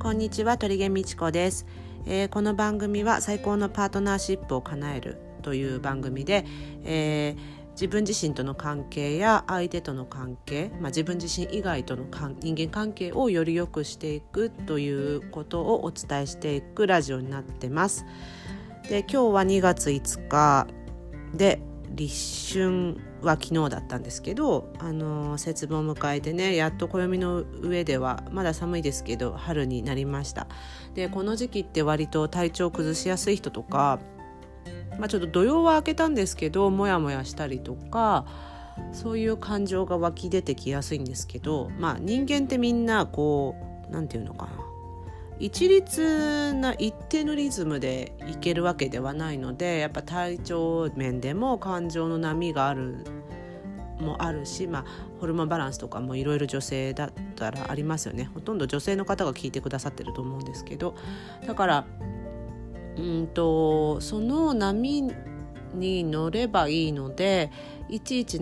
こんにちは、鳥毛みちこです。この番組は最高のパートナーシップを叶えるという番組で、自分自身との関係や相手との関係、自分自身以外との人間関係をより良くしていくということをお伝えしていくラジオになってます。で、今日は2月5日で立春は昨日だったんですけど、節分を迎えてね、やっと暦の上ではまだ寒いですけど春になりました。で、この時期って割と体調崩しやすい人とか、ちょっと土曜は明けたんですけどモヤモヤしたりとか、そういう感情が湧き出てきやすいんですけど、人間ってみんななんていうのかな、一律な一定のリズムでいけるわけではないので、やっぱ体調面でも感情の波があるし、ホルモンバランスとかもいろいろ女性だったらありますよね。ほとんど女性の方が聞いてくださってると思うんですけど、だからその波に乗ればいいので、いちいち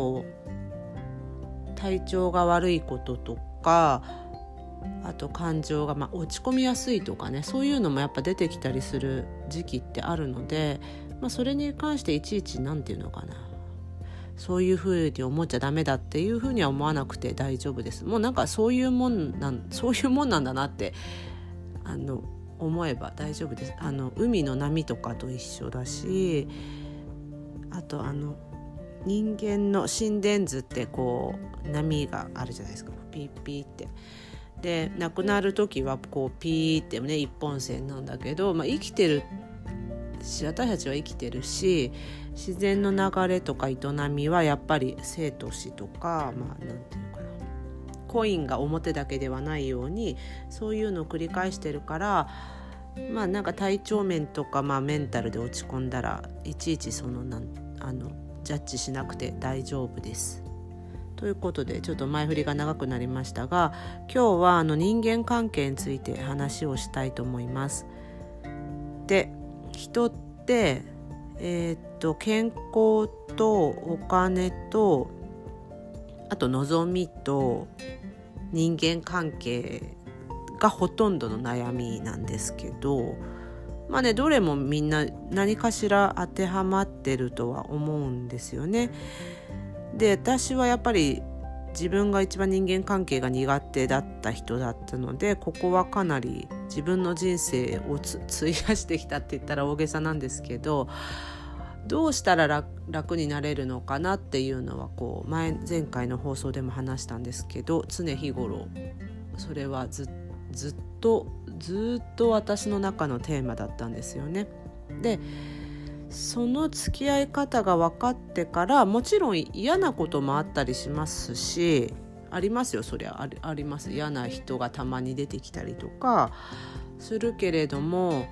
体調が悪いこととか、あと感情が落ち込みやすいとかね、そういうのもやっぱ出てきたりする時期ってあるので、それに関していちいちなんていうのかな、そういうふうに思っちゃダメだっていうふうには思わなくて大丈夫です。もうそういうもんなんだなって思えば大丈夫です。海の波とかと一緒だし、あと人間の心電図って波があるじゃないですか、ピーピーって。で、亡くなる時はピーってね、一本線なんだけど、生きてるし、私たちは生きてるし、自然の流れとか営みはやっぱり生と死とか、なんていうかな、コインが表だけではないように、そういうのを繰り返してるから、体調面とか、メンタルで落ち込んだらいちいちジャッジしなくて大丈夫です。ということで、ちょっと前振りが長くなりましたが、今日は人間関係について話をしたいと思います。で、人って健康とお金と、あと望みと人間関係がほとんどの悩みなんですけど、どれもみんな何かしら当てはまってるとは思うんですよね。で、私はやっぱり自分が一番人間関係が苦手だった人だったので、ここはかなり自分の人生を費やしてきたって言ったら大げさなんですけど、どうしたら 楽になれるのかなっていうのは前回の放送でも話したんですけど、常日頃それはずっと私の中のテーマだったんですよね。で、その付き合い方が分かってから、もちろん嫌なこともあったりしますし、ありますよ、そりゃあります。嫌な人がたまに出てきたりとかするけれども、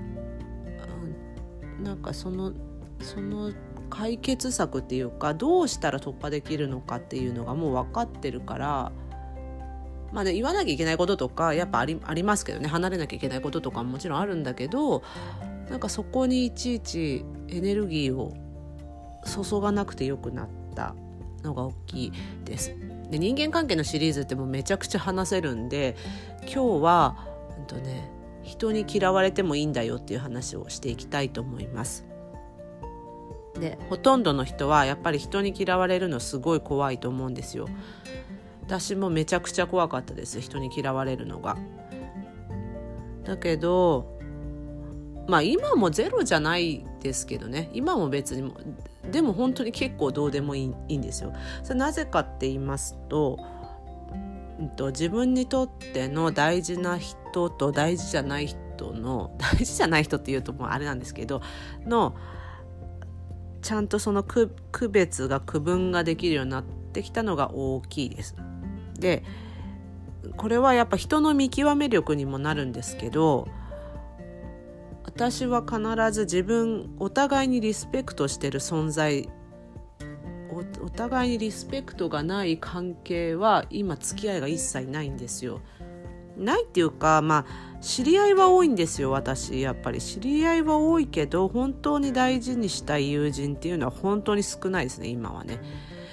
その解決策っていうか、どうしたら突破できるのかっていうのがもう分かってるから、言わなきゃいけないこととかやっぱありますけどね、離れなきゃいけないこととかももちろんあるんだけど、そこにいちいちエネルギーを注がなくてよくなったのが大きいです。で、人間関係のシリーズってもうめちゃくちゃ話せるんで、今日は人に嫌われてもいいんだよっていう話をしていきたいと思います。で、ほとんどの人はやっぱり人に嫌われるのすごい怖いと思うんですよ。私もめちゃくちゃ怖かったです、人に嫌われるのが。だけど今もゼロじゃないですけどね、今も別にでも本当に結構どうでもいいんですよ。それなぜかって言いますと、自分にとっての大事な人と大事じゃない人っていうともうあれなんですけどの、ちゃんとその区分ができるようになってきたのが大きいです。で、これはやっぱ人の見極め力にもなるんですけど、私は必ずお互いにリスペクトしてる存在、お互いにリスペクトがない関係は今付き合いが一切ないんですよ。ないっていうか、知り合いは多いんですよ。私やっぱり知り合いは多いけど、本当に大事にしたい友人っていうのは本当に少ないですね、今はね。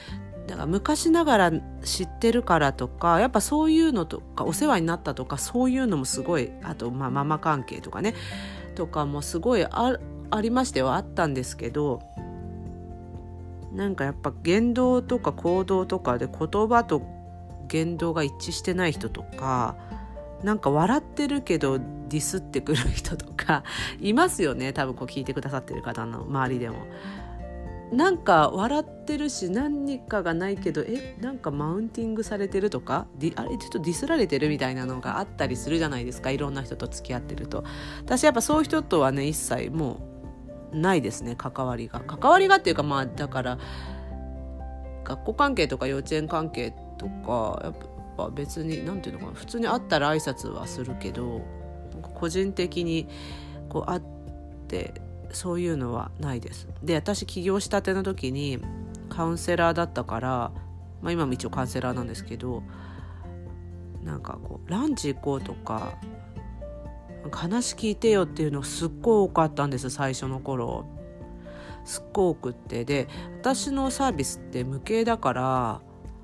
だから昔ながら知ってるからとか、やっぱそういうのとかお世話になったとか、そういうのもすごい、あとママ関係とかねとかもすごい ありましてはあったんですけど、なんかやっぱ言動とか行動とかで言葉と言動が一致してない人とか、なんか笑ってるけどディスってくる人とかいますよね。多分聞いてくださってる方の周りでも、なんか笑ってるし何かがないけどなんかマウンティングされてるとかちょっとディスられてるみたいなのがあったりするじゃないですか。いろんな人と付き合ってると。私やっぱそういう人とはね一切もうないですね。関わりがっていうか、だから学校関係とか幼稚園関係とかやっぱ別になんていうのかな、普通に会ったら挨拶はするけど、個人的に会ってそういうのはないです。で、私起業したての時にカウンセラーだったから、今も一応カウンセラーなんですけど、なんかランチ行こうとか話聞いてよっていうのがすっごい多かったんです。最初の頃すっごい多くって、で私のサービスって無形だから、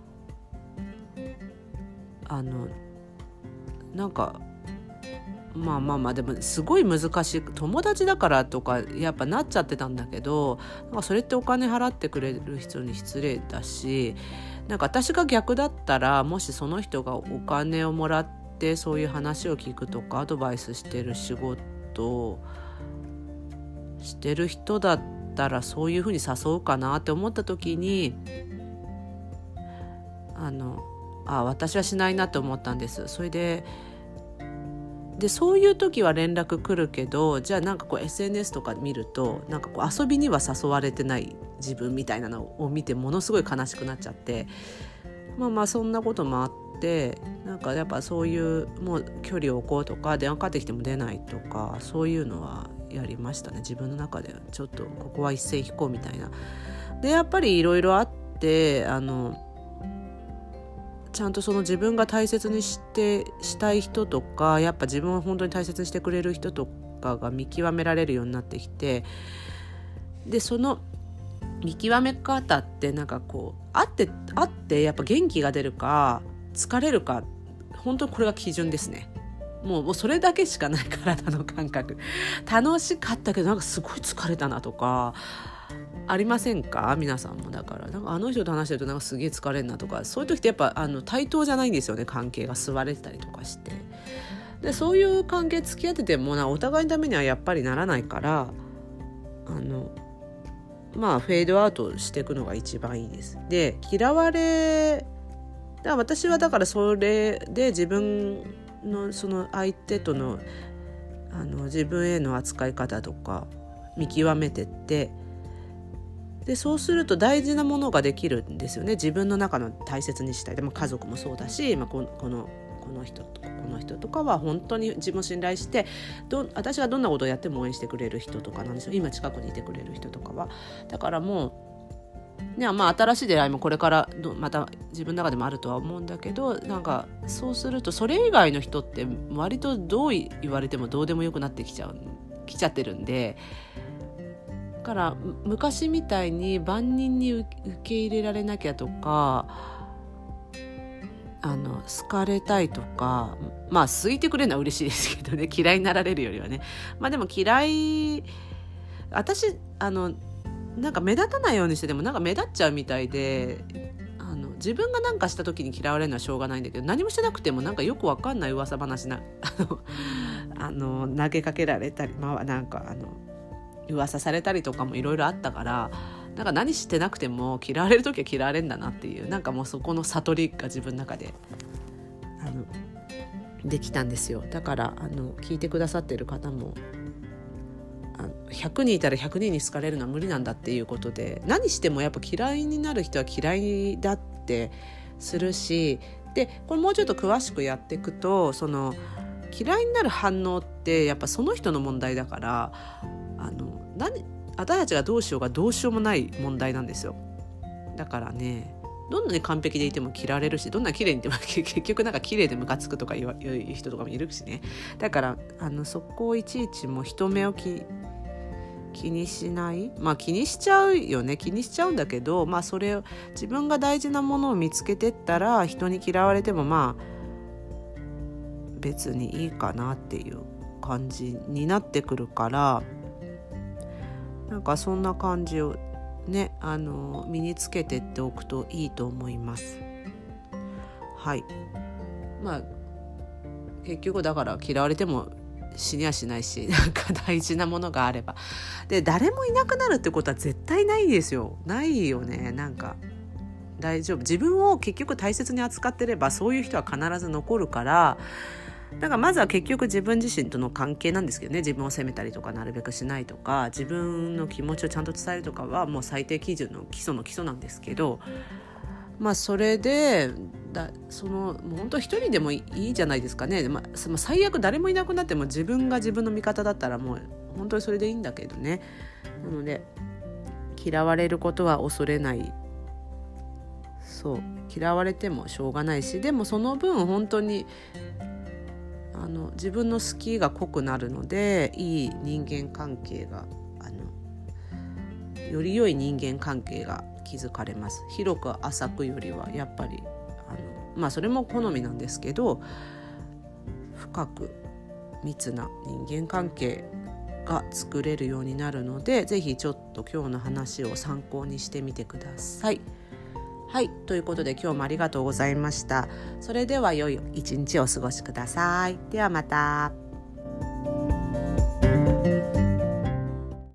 なんかでもすごい難しい、友達だからとかやっぱなっちゃってたんだけど、なんかそれってお金払ってくれる人に失礼だし、なんか私が逆だったら、もしその人がお金をもらってそういう話を聞くとかアドバイスしてる仕事をしてる人だったらそういうふうに誘うかなって思った時に、私はしないなと思ったんです。それでそういう時は連絡来るけど、じゃあなんかSNS とか見ると、なんか遊びには誘われてない自分みたいなのを見てものすごい悲しくなっちゃって、そんなこともあって、なんかやっぱそういうもう距離を置こうとか、電話かかってきても出ないとか、そういうのはやりましたね。自分の中でちょっとここは一線引こうみたいな。でやっぱりいろいろあって、ちゃんとその自分が大切にしたい人とか、やっぱ自分を本当に大切にしてくれる人とかが見極められるようになってきて、でその見極め方ってなんか会ってやっぱ元気が出るか疲れるか、本当にこれが基準ですね。もうそれだけしかない、体の感覚。楽しかったけどなんかすごい疲れたなとかありませんか？皆さんも。だからなんかあの人と話してるとなんかすげえ疲れるなとか、そういう時ってやっぱ対等じゃないんですよね。関係が吸われてたりとかして、でそういう関係付き合っててもお互いのためにはやっぱりならないから、フェードアウトしていくのが一番いいです。で嫌われだから私はだからそれで自分のその相手との自分への扱い方とか見極めてって、でそうすると大事なものができるんですよね。自分の中の大切にしたい。でも家族もそうだし、この人とかこの人とかは本当に自分を信頼して私がどんなことをやっても応援してくれる人とかなんですよ。今近くにいてくれる人とかは。だからもうね、新しい出会いもこれからまた自分の中でもあるとは思うんだけど、なんかそうするとそれ以外の人って割とどう言われてもどうでもよくなってきちゃってるんで、だから昔みたいに万人に受け入れられなきゃとか好かれたいとか、好いてくれるのは嬉しいですけどね、嫌いになられるよりはね。でも私なんか目立たないようにしてでもなんか目立っちゃうみたいで、自分が何かした時に嫌われるのはしょうがないんだけど、何もしてなくてもなんかよくわかんない噂話投げかけられたり、なんか噂されたりとかもいろいろあったから、なんか何してなくても嫌われる時は嫌われるんだなっていう、なんかもうそこの悟りが自分の中でできたんですよ。だから聞いてくださっている方も100人いたら100人に好かれるのは無理なんだっていうことで、何してもやっぱ嫌いになる人は嫌いだってするし、でこれもうちょっと詳しくやっていくと、その嫌いになる反応ってやっぱその人の問題だから、私たちがどうしようがどうしようもない問題なんですよ。だからね、どんなに完璧でいても嫌われるし、どんな綺麗にいても結局なんか綺麗でムカつくとか言う人とかもいるしね。だからそこをいちいちもう人目を気にしない、気にしちゃうよね。気にしちゃうんだけど、それを自分が大事なものを見つけてったら、人に嫌われても別にいいかなっていう感じになってくるから、なんかそんな感じをね、身につけてっておくといいと思います。はい。結局だから嫌われても死にはしないし、なんか大事なものがあれば。で、誰もいなくなるってことは絶対ないですよ。ないよね。なんか大丈夫。自分を結局大切に扱ってれば、そういう人は必ず残るから、だからまずは結局自分自身との関係なんですけどね。自分を責めたりとかなるべくしないとか、自分の気持ちをちゃんと伝えるとかはもう最低基準の基礎の基礎なんですけど、それでもう本当一人でもいいじゃないですかね。最悪誰もいなくなっても自分が自分の味方だったらもう本当にそれでいいんだけどね。なので嫌われることは恐れない。そう、嫌われてもしょうがないし、でもその分本当に自分の好きが濃くなるので、いい人間関係がより良い人間関係が築かれます。広く浅くよりはやっぱりそれも好みなんですけど、深く密な人間関係が作れるようになるので、ぜひちょっと今日の話を参考にしてみてください。はい、ということで今日もありがとうございました。それでは良い一日をお過ごしください。ではまた。